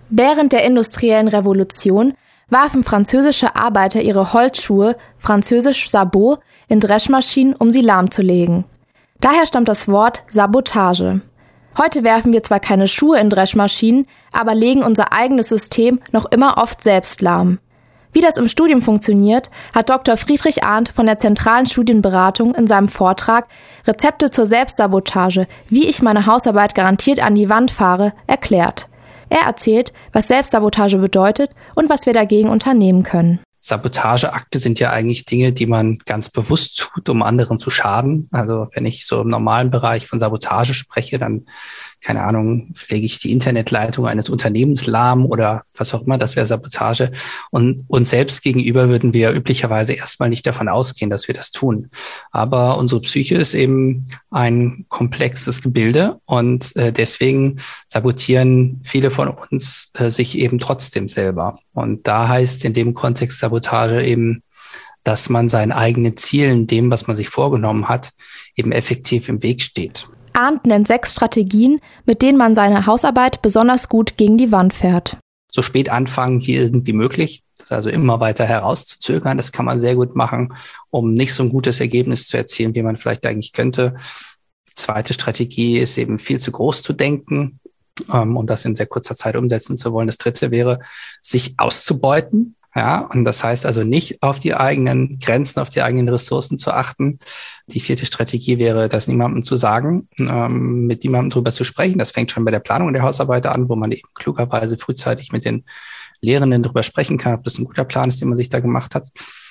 Während der industriellen Revolution warfen französische Arbeiter ihre Holzschuhe, französisch Sabot, in Dreschmaschinen, um sie lahmzulegen. Daher stammt das Wort Sabotage. Heute werfen wir zwar keine Schuhe in Dreschmaschinen, aber legen unser eigenes System noch immer oft selbst lahm. Wie das im Studium funktioniert, hat Dr. Friedrich Arndt von der Zentralen Studienberatung in seinem Vortrag Rezepte zur Selbstsabotage, wie ich meine Hausarbeit garantiert an die Wand fahre, erklärt. Er erzählt, was Selbstsabotage bedeutet und was wir dagegen unternehmen können. Sabotageakte sind ja eigentlich Dinge, die man ganz bewusst tut, um anderen zu schaden. Also wenn ich so im normalen Bereich von Sabotage spreche, dann, keine Ahnung, lege ich die Internetleitung eines Unternehmens lahm oder was auch immer, das wäre Sabotage. Und uns selbst gegenüber würden wir üblicherweise erstmal nicht davon ausgehen, dass wir das tun. Aber unsere Psyche ist eben ein komplexes Gebilde und deswegen sabotieren viele von uns sich eben trotzdem selber. Und da heißt in dem Kontext Sabotage eben, dass man seinen eigenen Zielen, dem, was man sich vorgenommen hat, eben effektiv im Weg steht. Arndt nennt 6 Strategien, mit denen man seine Hausarbeit besonders gut gegen die Wand fährt. So spät anfangen wie irgendwie möglich, das also immer weiter herauszuzögern, das kann man sehr gut machen, um nicht so ein gutes Ergebnis zu erzielen, wie man vielleicht eigentlich könnte. Zweite Strategie ist eben viel zu groß zu denken und das in sehr kurzer Zeit umsetzen zu wollen. Das dritte wäre, sich auszubeuten. Ja, und das heißt also nicht auf die eigenen Grenzen, auf die eigenen Ressourcen zu achten. Die vierte Strategie wäre, das niemandem zu sagen, mit niemandem drüber zu sprechen. Das fängt schon bei der Planung der Hausarbeit an, wo man eben klugerweise frühzeitig mit den Lehrenden drüber sprechen kann, ob das ein guter Plan ist, den man sich da gemacht hat.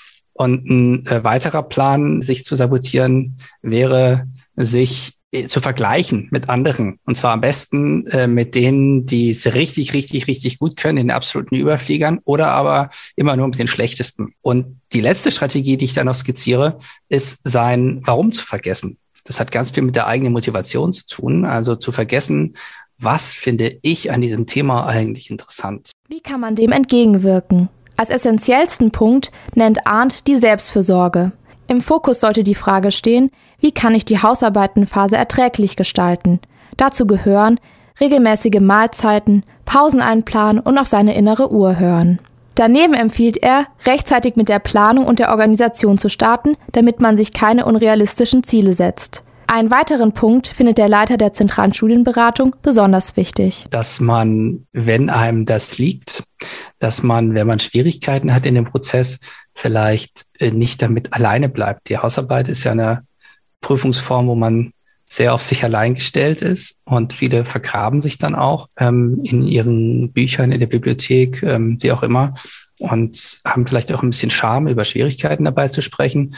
Und ein weiterer Plan, sich zu sabotieren, wäre, sich zu vergleichen mit anderen. Und zwar am besten mit denen, die es richtig, richtig, richtig gut können, den absoluten Überfliegern oder aber immer nur mit den Schlechtesten. Und die letzte Strategie, die ich da noch skizziere, ist sein Warum zu vergessen. Das hat ganz viel mit der eigenen Motivation zu tun. Also zu vergessen, was finde ich an diesem Thema eigentlich interessant. Wie kann man dem entgegenwirken? Als essentiellsten Punkt nennt Arndt die Selbstfürsorge. Im Fokus sollte die Frage stehen, wie kann ich die Hausarbeitenphase erträglich gestalten? Dazu gehören regelmäßige Mahlzeiten, Pausen einplanen und auf seine innere Uhr hören. Daneben empfiehlt er, rechtzeitig mit der Planung und der Organisation zu starten, damit man sich keine unrealistischen Ziele setzt. Einen weiteren Punkt findet der Leiter der Zentralen Studienberatung besonders wichtig. Dass man, wenn einem das liegt, dass man, wenn man Schwierigkeiten hat in dem Prozess, vielleicht nicht damit alleine bleibt. Die Hausarbeit ist ja eine Prüfungsform, wo man sehr auf sich allein gestellt ist und viele vergraben sich dann auch in ihren Büchern, in der Bibliothek, wie auch immer und haben vielleicht auch ein bisschen Scham, über Schwierigkeiten dabei zu sprechen.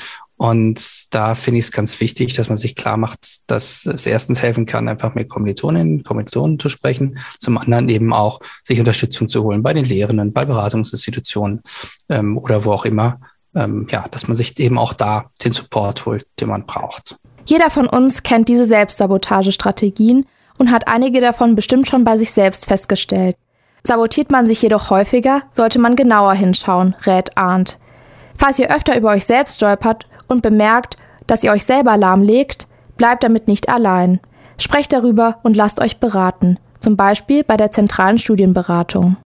Und da finde ich es ganz wichtig, dass man sich klar macht, dass es erstens helfen kann, einfach mit Kommilitoninnen, Kommilitonen zu sprechen, zum anderen eben auch sich Unterstützung zu holen bei den Lehrenden, bei Beratungsinstitutionen oder wo auch immer, dass man sich eben auch da den Support holt, den man braucht. Jeder von uns kennt diese Selbstsabotagestrategien und hat einige davon bestimmt schon bei sich selbst festgestellt. Sabotiert man sich jedoch häufiger, sollte man genauer hinschauen, rät Arndt. Falls ihr öfter über euch selbst stolpert und bemerkt, dass ihr euch selber lahmlegt, bleibt damit nicht allein. Sprecht darüber und lasst euch beraten, zum Beispiel bei der Zentralen Studienberatung.